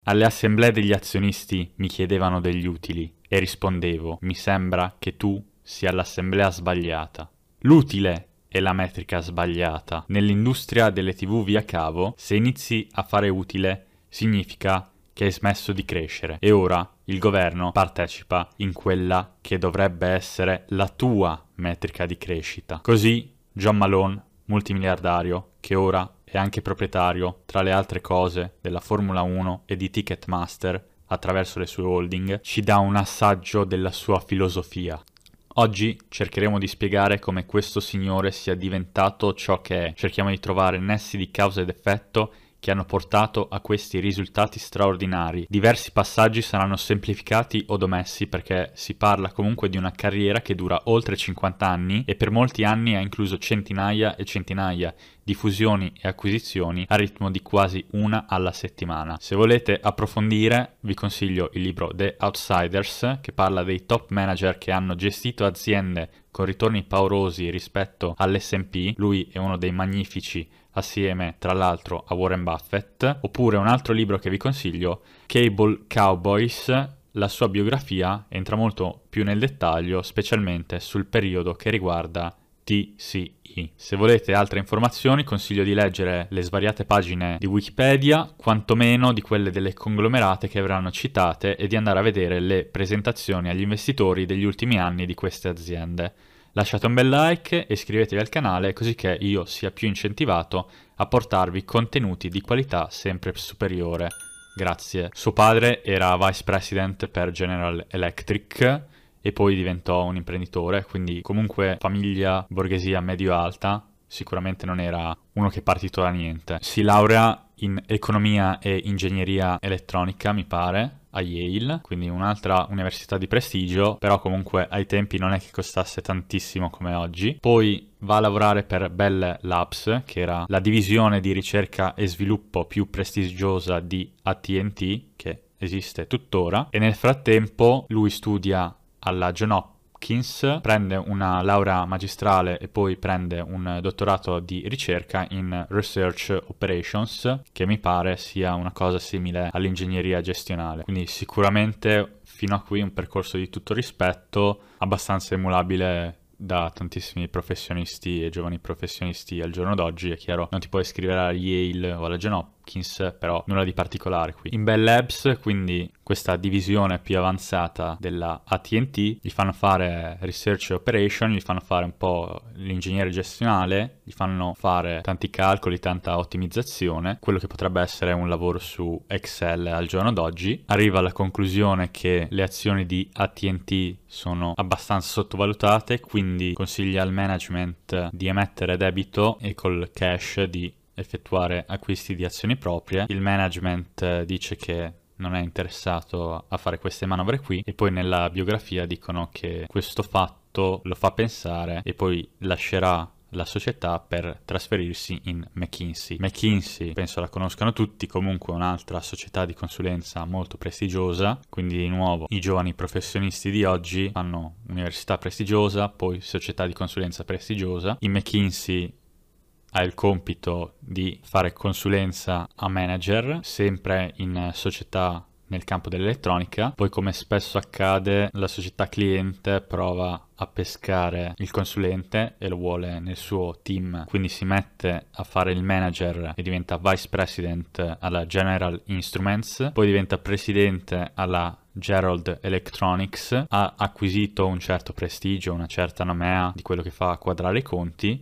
Alle assemblee degli azionisti mi chiedevano degli utili e rispondevo: mi sembra che tu sia l'assemblea sbagliata. L'utile è la metrica sbagliata. Nell'industria delle TV via cavo, se inizi a fare utile, significa che hai smesso di crescere e ora il governo partecipa in quella che dovrebbe essere la tua metrica di crescita. Così John Malone, multimiliardario, che ora è anche proprietario, tra le altre cose, della Formula 1 e di Ticketmaster attraverso le sue holding, ci dà un assaggio della sua filosofia. Oggi cercheremo di spiegare come questo signore sia diventato ciò che è. Cerchiamo di trovare nessi di causa ed effetto che hanno portato a questi risultati straordinari. Diversi passaggi saranno semplificati o omessi perché si parla comunque di una carriera che dura oltre 50 anni e per molti anni ha incluso centinaia e centinaia di fusioni e acquisizioni a ritmo di quasi una alla settimana. Se volete approfondire vi consiglio il libro The Outsiders, che parla dei top manager che hanno gestito aziende con ritorni paurosi rispetto all'S&P. Lui è uno dei magnifici assieme tra l'altro a Warren Buffett. Oppure un altro libro che vi consiglio, Cable Cowboys. La sua biografia entra molto più nel dettaglio, specialmente sul periodo che riguarda TCE. Se volete altre informazioni consiglio di leggere le svariate pagine di Wikipedia, quantomeno di quelle delle conglomerate che verranno citate, e di andare a vedere le presentazioni agli investitori degli ultimi anni di queste aziende. Lasciate un bel like e iscrivetevi al canale così che io sia più incentivato a portarvi contenuti di qualità sempre superiore. Grazie. Suo padre era vice president per General Electric e poi diventò un imprenditore, quindi comunque famiglia, borghesia medio-alta, sicuramente non era uno che è partito da niente. Si laurea in economia e ingegneria elettronica, mi pare, a Yale, quindi un'altra università di prestigio, però comunque ai tempi non è che costasse tantissimo come oggi. Poi va a lavorare per Bell Labs, che era la divisione di ricerca e sviluppo più prestigiosa di AT&T, che esiste tuttora, e nel frattempo lui studia alla Johns Hopkins, prende una laurea magistrale e poi prende un dottorato di ricerca in Research Operations, che mi pare sia una cosa simile all'ingegneria gestionale. Quindi sicuramente fino a qui un percorso di tutto rispetto, abbastanza emulabile da tantissimi professionisti e giovani professionisti al giorno d'oggi. È chiaro, non ti puoi iscrivere alla Yale o alla Johns Hopkins, però nulla di particolare qui. In Bell Labs, quindi questa divisione più avanzata della AT&T, gli fanno fare research operation, gli fanno fare un po' l'ingegnere gestionale, gli fanno fare tanti calcoli, tanta ottimizzazione, quello che potrebbe essere un lavoro su Excel al giorno d'oggi. Arriva alla conclusione che le azioni di AT&T sono abbastanza sottovalutate, quindi consiglia al management di emettere debito e col cash di effettuare acquisti di azioni proprie. Il management dice che non è interessato a fare queste manovre qui e poi nella biografia dicono che questo fatto lo fa pensare e poi lascerà la società per trasferirsi in McKinsey. McKinsey penso la conoscano tutti, comunque un'altra società di consulenza molto prestigiosa, quindi di nuovo i giovani professionisti di oggi fanno università prestigiosa, poi società di consulenza prestigiosa. In McKinsey ha il compito di fare consulenza a manager, sempre in società nel campo dell'elettronica. Poi, come spesso accade, la società cliente prova a pescare il consulente e lo vuole nel suo team, quindi si mette a fare il manager e diventa vice president alla General Instruments, poi diventa presidente alla Gerald Electronics, ha acquisito un certo prestigio, una certa nomea di quello che fa quadrare i conti.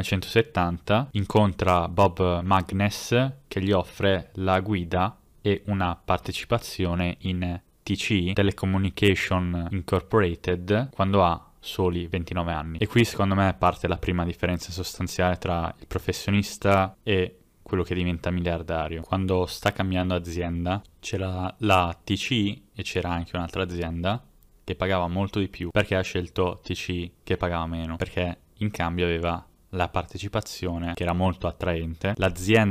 1970 incontra Bob Magness che gli offre la guida e una partecipazione in TCE, Telecommunication Incorporated, quando ha soli 29 anni. E qui secondo me parte la prima differenza sostanziale tra il professionista e quello che diventa miliardario. Quando sta cambiando azienda c'era la TCE e c'era anche un'altra azienda che pagava molto di più. Perché ha scelto TCE che pagava meno? Perché in cambio aveva la partecipazione che era molto attraente. L'azienda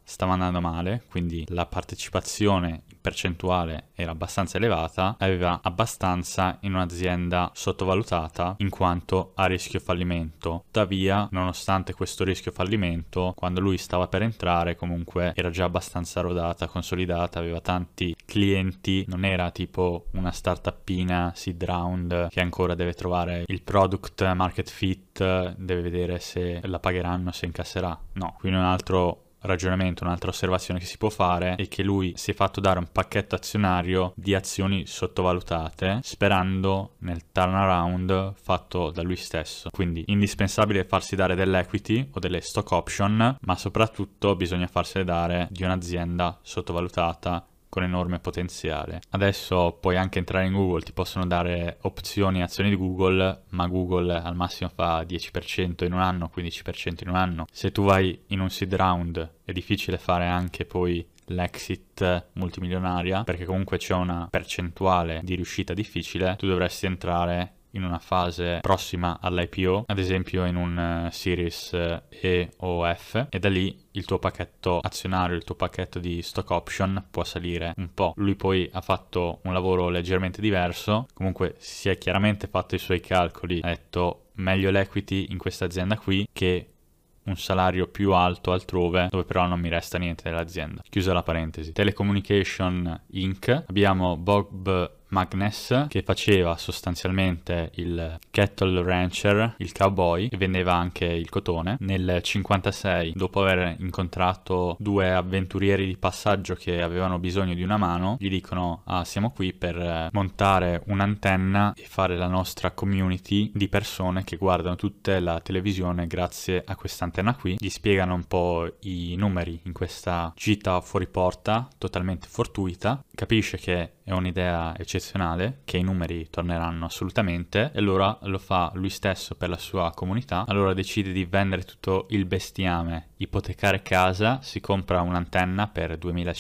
stava andando male, quindi la partecipazione in percentuale era abbastanza elevata, aveva abbastanza in un'azienda sottovalutata in quanto a rischio fallimento. Tuttavia, nonostante questo rischio fallimento, quando lui stava per entrare comunque era già abbastanza rodata, consolidata, aveva tanti clienti, non era tipo una startuppina seed round che ancora deve trovare il product market fit, deve vedere se la pagheranno, se incasserà. No, quindi un altro ragionamento, un'altra osservazione che si può fare è che lui si è fatto dare un pacchetto azionario di azioni sottovalutate sperando nel turnaround fatto da lui stesso. Quindi indispensabile farsi dare dell'equity o delle stock option, ma soprattutto bisogna farsele dare di un'azienda sottovalutata con enorme potenziale. Adesso puoi anche entrare in Google, ti possono dare opzioni e azioni di Google, ma Google al massimo fa 10% in un anno, 15% in un anno. Se tu vai in un seed round è difficile fare anche poi l'exit multimilionaria, perché comunque c'è una percentuale di riuscita difficile. Tu dovresti entrare in una fase prossima all'IPO, ad esempio in un Series E o F, e da lì il tuo pacchetto azionario, il tuo pacchetto di stock option può salire un po'. Lui poi ha fatto un lavoro leggermente diverso, comunque si è chiaramente fatto i suoi calcoli, ha detto meglio l'equity in questa azienda qui che un salario più alto altrove, dove però non mi resta niente dell'azienda. Chiusa la parentesi. Telecommunication Inc. Abbiamo Bob Magness, che faceva sostanzialmente il cattle rancher, il cowboy, e vendeva anche il cotone. Nel 56, dopo aver incontrato due avventurieri di passaggio che avevano bisogno di una mano, gli dicono: ah, siamo qui per montare un'antenna e fare la nostra community di persone che guardano tutta la televisione grazie a questa antenna qui. Gli spiegano un po' i numeri in questa gita fuori porta totalmente fortuita. Capisce che è un'idea eccezionale, che i numeri torneranno assolutamente, e allora lo fa lui stesso per la sua comunità. Allora decide di vendere tutto il bestiame, ipotecare casa, si compra un'antenna per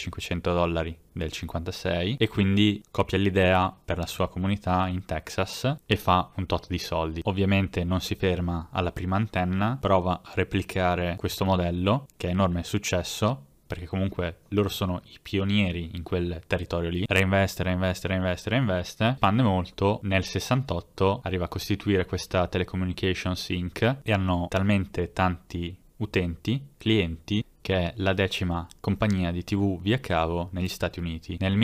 $2.500 del 56 e quindi copia l'idea per la sua comunità in Texas e fa un tot di soldi. Ovviamente non si ferma alla prima antenna, prova a replicare questo modello che è enorme successo, perché comunque loro sono i pionieri in quel territorio lì. Reinveste, spande molto. Nel 68 arriva a costituire questa Telecommunications Inc. e hanno talmente tanti utenti, clienti, che è la 10ª compagnia di TV via cavo negli Stati Uniti. Nel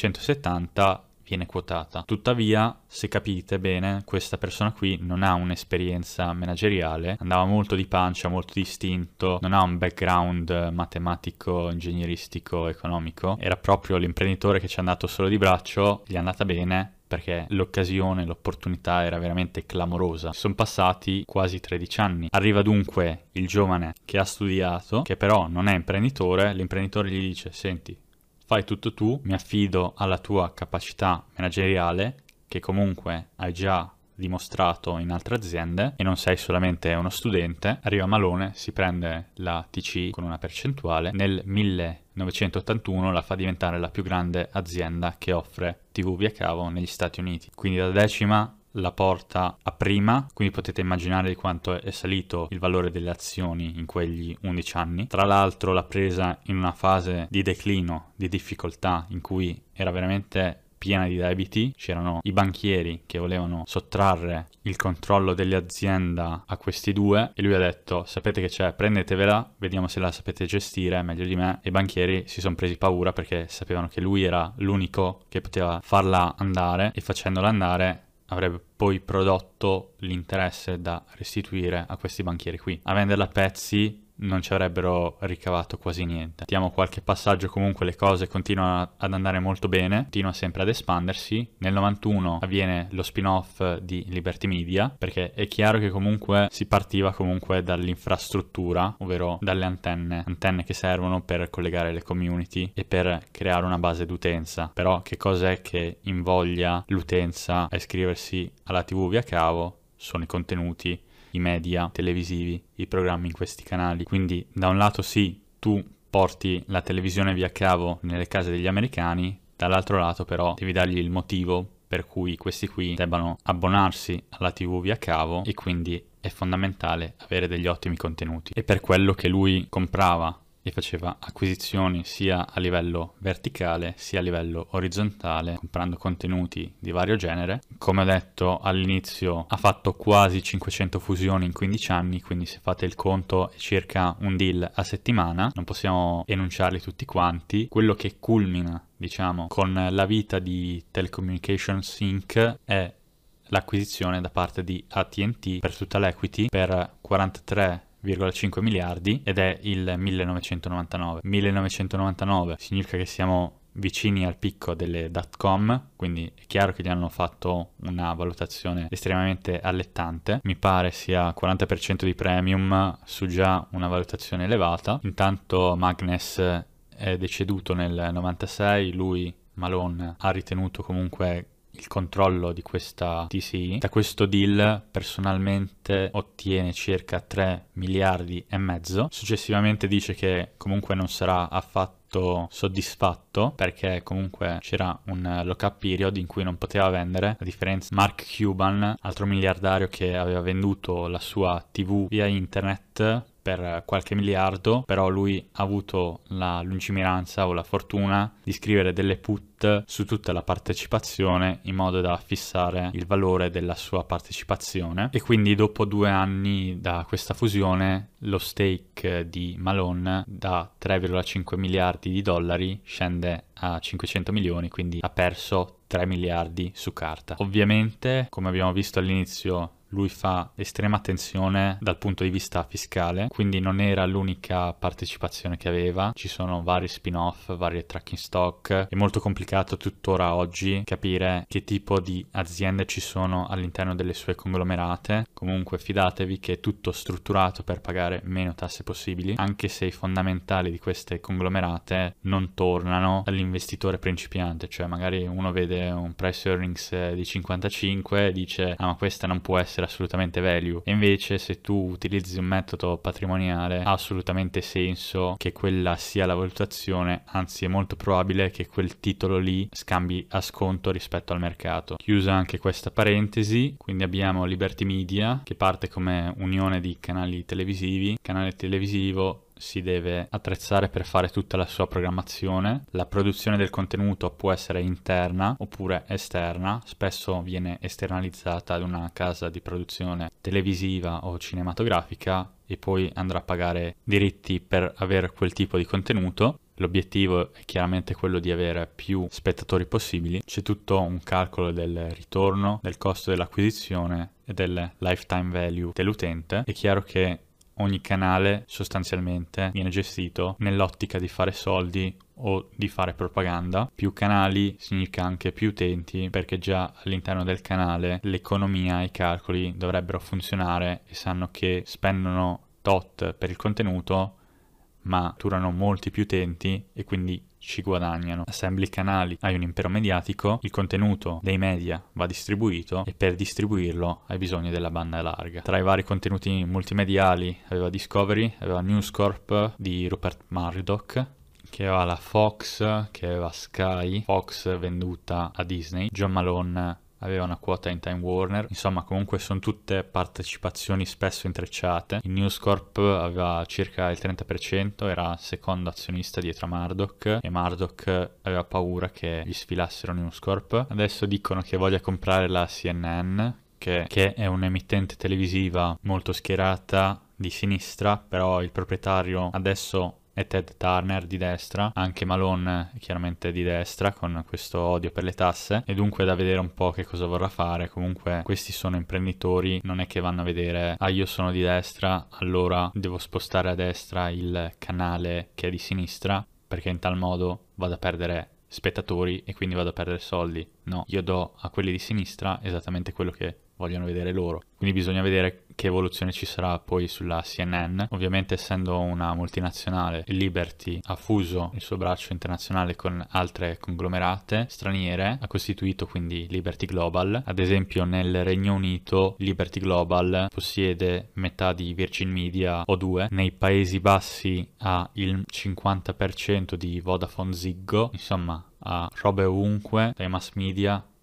1970 viene quotata. Tuttavia, se capite bene, questa persona qui non ha un'esperienza manageriale, andava molto di pancia, molto distinto, non ha un background matematico, ingegneristico, economico, era proprio l'imprenditore che ci è andato solo di braccio, gli è andata bene perché l'occasione, l'opportunità era veramente clamorosa. Sono passati quasi 13 anni. Arriva dunque il giovane che ha studiato, che però non è imprenditore. L'imprenditore gli dice: senti, fai tutto tu, mi affido alla tua capacità manageriale, che comunque hai già dimostrato in altre aziende e non sei solamente uno studente. Arriva Malone, si prende la TC con una percentuale, nel 1981 la fa diventare la più grande azienda che offre TV via cavo negli Stati Uniti. Quindi da 10ª la porta a prima, quindi potete immaginare di quanto è salito il valore delle azioni in quegli 11 anni. Tra l'altro l'ha presa in una fase di declino, di difficoltà, in cui era veramente piena di debiti, c'erano i banchieri che volevano sottrarre il controllo dell'azienda a questi due e lui ha detto: sapete che c'è, prendetevela, vediamo se la sapete gestire meglio di me. E i banchieri si sono presi paura perché sapevano che lui era l'unico che poteva farla andare e facendola andare avrebbe poi prodotto l'interesse da restituire a questi banchieri qui. A venderla a pezzi non ci avrebbero ricavato quasi niente. Mettiamo qualche passaggio, comunque le cose continuano ad andare molto bene, continua sempre ad espandersi. Nel 91 avviene lo spin-off di Liberty Media, perché è chiaro che comunque si partiva comunque dall'infrastruttura, ovvero dalle antenne che servono per collegare le community e per creare una base d'utenza. Però che cos'è che invoglia l'utenza a iscriversi alla TV via cavo? Sono i contenuti, i media televisivi, i programmi in questi canali. Quindi da un lato sì, tu porti la televisione via cavo nelle case degli americani, dall'altro lato però devi dargli il motivo per cui questi qui debbano abbonarsi alla TV via cavo, e quindi è fondamentale avere degli ottimi contenuti. E per quello che lui comprava e faceva acquisizioni sia a livello verticale sia a livello orizzontale, comprando contenuti di vario genere. Come ho detto all'inizio, ha fatto quasi 500 fusioni in 15 anni, quindi se fate il conto è circa un deal a settimana, non possiamo enunciarli tutti quanti. Quello che culmina, diciamo, con la vita di Telecommunications Inc. è l'acquisizione da parte di AT&T per tutta l'equity per 43,5 miliardi ed è il 1999. 1999 significa che siamo vicini al picco delle .com, quindi è chiaro che gli hanno fatto una valutazione estremamente allettante. Mi pare sia 40% di premium su già una valutazione elevata. Intanto Magnus è deceduto nel 96, lui, Malone, ha ritenuto comunque il controllo di questa TCI. Da questo deal personalmente ottiene circa 3 miliardi e mezzo. Successivamente dice che comunque non sarà affatto soddisfatto perché comunque c'era un lock-up period in cui non poteva vendere. A differenza Mark Cuban, altro miliardario che aveva venduto la sua TV via internet per qualche miliardo, però lui ha avuto la lungimiranza o la fortuna di scrivere delle put su tutta la partecipazione in modo da fissare il valore della sua partecipazione, e quindi dopo 2 anni da questa fusione lo stake di Malone da 3,5 miliardi di dollari scende a 500 milioni, quindi ha perso 3 miliardi su carta. Ovviamente, come abbiamo visto all'inizio, lui fa estrema attenzione dal punto di vista fiscale, quindi non era l'unica partecipazione che aveva, ci sono vari spin-off, varie tracking stock, è molto complicato tuttora oggi capire che tipo di aziende ci sono all'interno delle sue conglomerate. Comunque fidatevi che è tutto strutturato per pagare meno tasse possibili, anche se i fondamentali di queste conglomerate non tornano all'investitore principiante, cioè magari uno vede un price earnings di 55 e dice ah, ma questa non può essere assolutamente value, e invece se tu utilizzi un metodo patrimoniale ha assolutamente senso che quella sia la valutazione, anzi è molto probabile che quel titolo lì scambi a sconto rispetto al mercato. Chiusa anche questa parentesi, quindi abbiamo Liberty Media che parte come unione di canali televisivi. Il canale televisivo si deve attrezzare per fare tutta la sua programmazione. La produzione del contenuto può essere interna oppure esterna, spesso viene esternalizzata ad una casa di produzione televisiva o cinematografica e poi andrà a pagare diritti per avere quel tipo di contenuto. L'obiettivo è chiaramente quello di avere più spettatori possibili. C'è tutto un calcolo del ritorno, del costo dell'acquisizione e del lifetime value dell'utente. È chiaro che ogni canale sostanzialmente viene gestito nell'ottica di fare soldi o di fare propaganda. Più canali significa anche più utenti, perché già all'interno del canale l'economia e i calcoli dovrebbero funzionare e sanno che spendono tot per il contenuto ma durano molti più utenti e quindi ci guadagnano. Assembli canali, hai un impero mediatico, il contenuto dei media va distribuito e per distribuirlo hai bisogno della banda larga. Tra i vari contenuti multimediali aveva Discovery, aveva News Corp di Rupert Murdoch, che aveva la Fox, che aveva Sky, Fox venduta a Disney, John Malone aveva una quota in Time Warner. Insomma, comunque sono tutte partecipazioni spesso intrecciate. Il News Corp aveva circa il 30%, era secondo azionista dietro a Murdoch e Murdoch aveva paura che gli sfilassero News Corp. Adesso dicono che voglia comprare la CNN, che è un'emittente televisiva molto schierata di sinistra, però il proprietario adesso è Ted Turner di destra, anche Malone è chiaramente di destra con questo odio per le tasse, e dunque è da vedere un po' che cosa vorrà fare. Comunque questi sono imprenditori, non è che vanno a vedere ah io sono di destra allora devo spostare a destra il canale che è di sinistra perché in tal modo vado a perdere spettatori e quindi vado a perdere soldi. No, io do a quelli di sinistra esattamente quello che vogliono vedere loro. Quindi bisogna vedere che evoluzione ci sarà poi sulla CNN. Ovviamente, essendo una multinazionale, Liberty ha fuso il suo braccio internazionale con altre conglomerate straniere, ha costituito quindi Liberty Global. Ad esempio nel Regno Unito Liberty Global possiede metà di Virgin Media O2, nei Paesi Bassi ha il 50% di Vodafone Ziggo, insomma ha robe ovunque, dai mass media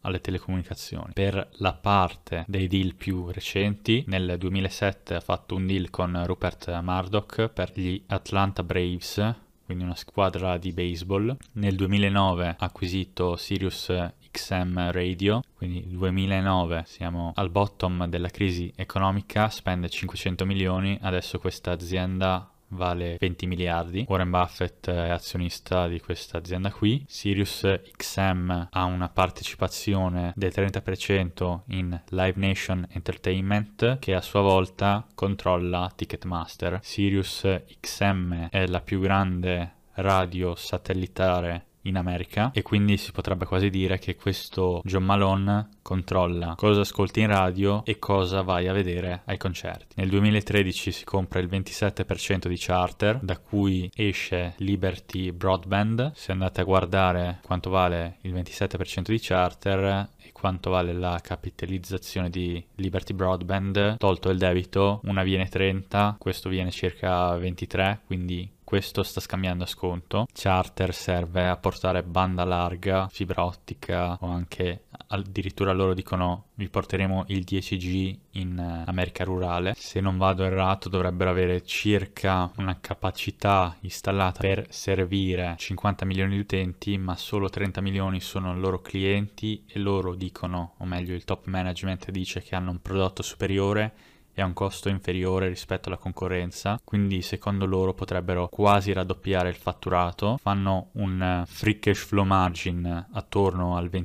alle telecomunicazioni. Per la parte dei deal più recenti, nel 2007 ha fatto un deal con Rupert Murdoch per gli Atlanta Braves, quindi una squadra di baseball. Nel 2009 ha acquisito Sirius XM Radio, quindi 2009 siamo al bottom della crisi economica, spende 500 milioni, adesso questa azienda vale 20 miliardi. Warren Buffett è azionista di questa azienda qui. Sirius XM ha una partecipazione del 30% in Live Nation Entertainment, che a sua volta controlla Ticketmaster. Sirius XM è la più grande radio satellitare in America e quindi si potrebbe quasi dire che questo John Malone controlla cosa ascolti in radio e cosa vai a vedere ai concerti. Nel 2013 si compra il 27% di Charter, da cui esce Liberty Broadband. Se andate a guardare quanto vale il 27% di Charter e quanto vale la capitalizzazione di Liberty Broadband, tolto il debito, una viene 30, questo viene circa 23, quindi questo sta scambiando a sconto. Charter serve a portare banda larga, fibra ottica o anche addirittura loro dicono vi porteremo il 10G in America rurale. Se non vado errato dovrebbero avere circa una capacità installata per servire 50 milioni di utenti, ma solo 30 milioni sono loro clienti e loro dicono, o meglio il top management dice che hanno un prodotto superiore e ha un costo inferiore rispetto alla concorrenza, quindi secondo loro potrebbero quasi raddoppiare il fatturato. Fanno un free cash flow margin attorno al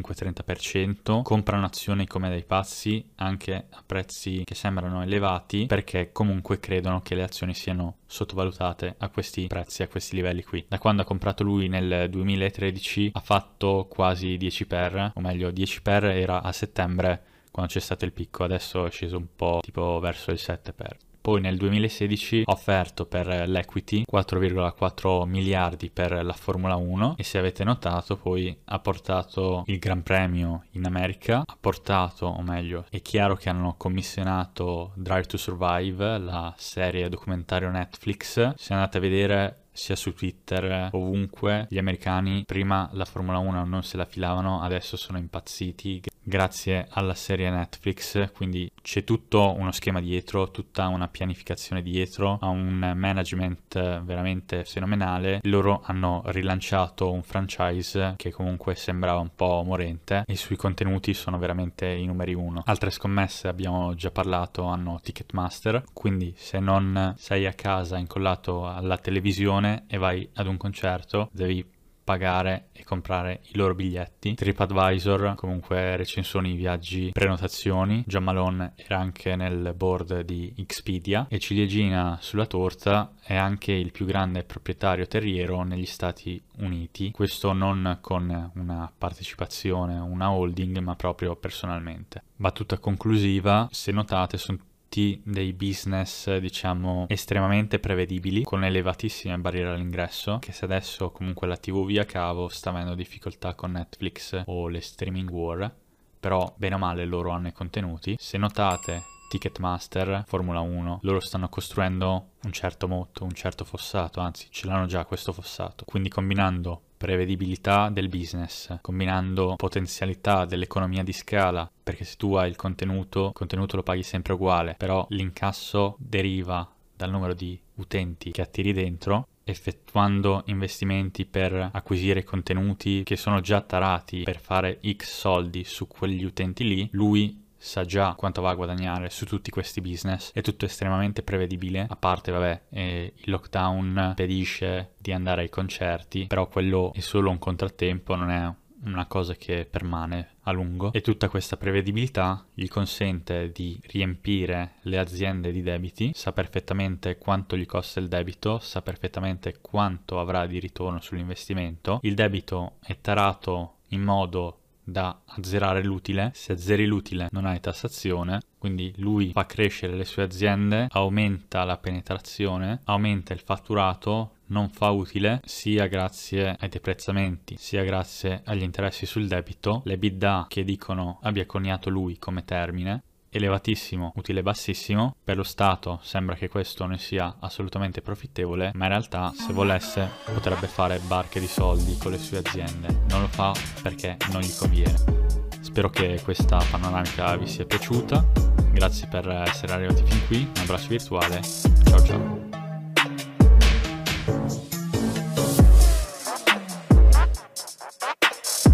25-30%, comprano azioni come dei pazzi anche a prezzi che sembrano elevati, perché comunque credono che le azioni siano sottovalutate a questi prezzi, a questi livelli qui. Da quando ha comprato lui nel 2013 ha fatto quasi 10 per, o meglio 10 per era a settembre quando c'è stato il picco, adesso è sceso un po' tipo verso il 7 per. Poi nel 2016 ha offerto per l'equity 4,4 miliardi per la Formula 1 e se avete notato poi ha portato il Gran Premio in America, ha portato, o meglio, è chiaro che hanno commissionato Drive to Survive, la serie documentario Netflix. Se andate a vedere sia su Twitter, ovunque, gli americani prima la Formula 1 non se la filavano, adesso sono impazziti grazie alla serie Netflix, quindi c'è tutto uno schema dietro, tutta una pianificazione dietro, ha un management veramente fenomenale. Loro hanno rilanciato un franchise che comunque sembrava un po' morente e sui contenuti sono veramente i numeri uno. Altre scommesse abbiamo già parlato, hanno Ticketmaster, quindi se non sei a casa incollato alla televisione e vai ad un concerto devi pagare e comprare i loro biglietti. TripAdvisor comunque recensioni viaggi, prenotazioni. John Malone era anche nel board di Expedia e ciliegina sulla torta è anche il più grande proprietario terriero negli Stati Uniti, questo non con una partecipazione, una holding, ma proprio personalmente. Battuta conclusiva, se notate sono dei business diciamo estremamente prevedibili con elevatissime barriere all'ingresso, che se adesso comunque la TV via cavo sta avendo difficoltà con Netflix o le streaming war, però bene o male loro hanno i contenuti. Se notate Ticketmaster, Formula 1, loro stanno costruendo un certo motto, un certo fossato, anzi ce l'hanno già questo fossato, quindi combinando prevedibilità del business, combinando potenzialità dell'economia di scala, perché se tu hai il contenuto lo paghi sempre uguale, però l'incasso deriva dal numero di utenti che attiri dentro, effettuando investimenti per acquisire contenuti che sono già tarati per fare X soldi su quegli utenti lì, lui sa già quanto va a guadagnare su tutti questi business, è tutto estremamente prevedibile, a parte vabbè il lockdown impedisce di andare ai concerti, però quello è solo un contrattempo, non è una cosa che permane a lungo, e tutta questa prevedibilità gli consente di riempire le aziende di debiti, sa perfettamente quanto gli costa il debito, sa perfettamente quanto avrà di ritorno sull'investimento. Il debito è tarato in modo da azzerare l'utile. Se azzeri l'utile non hai tassazione, quindi lui fa crescere le sue aziende, aumenta la penetrazione, aumenta il fatturato, non fa utile, sia grazie ai deprezzamenti sia grazie agli interessi sul debito. L'EBITDA che dicono abbia coniato lui come termine, elevatissimo, utile bassissimo. Per lo Stato sembra che questo non sia assolutamente profittevole, ma in realtà se volesse potrebbe fare barche di soldi con le sue aziende. Non lo fa perché non gli conviene. Spero che questa panoramica vi sia piaciuta. Grazie per essere arrivati fin qui. Un abbraccio virtuale. Ciao ciao.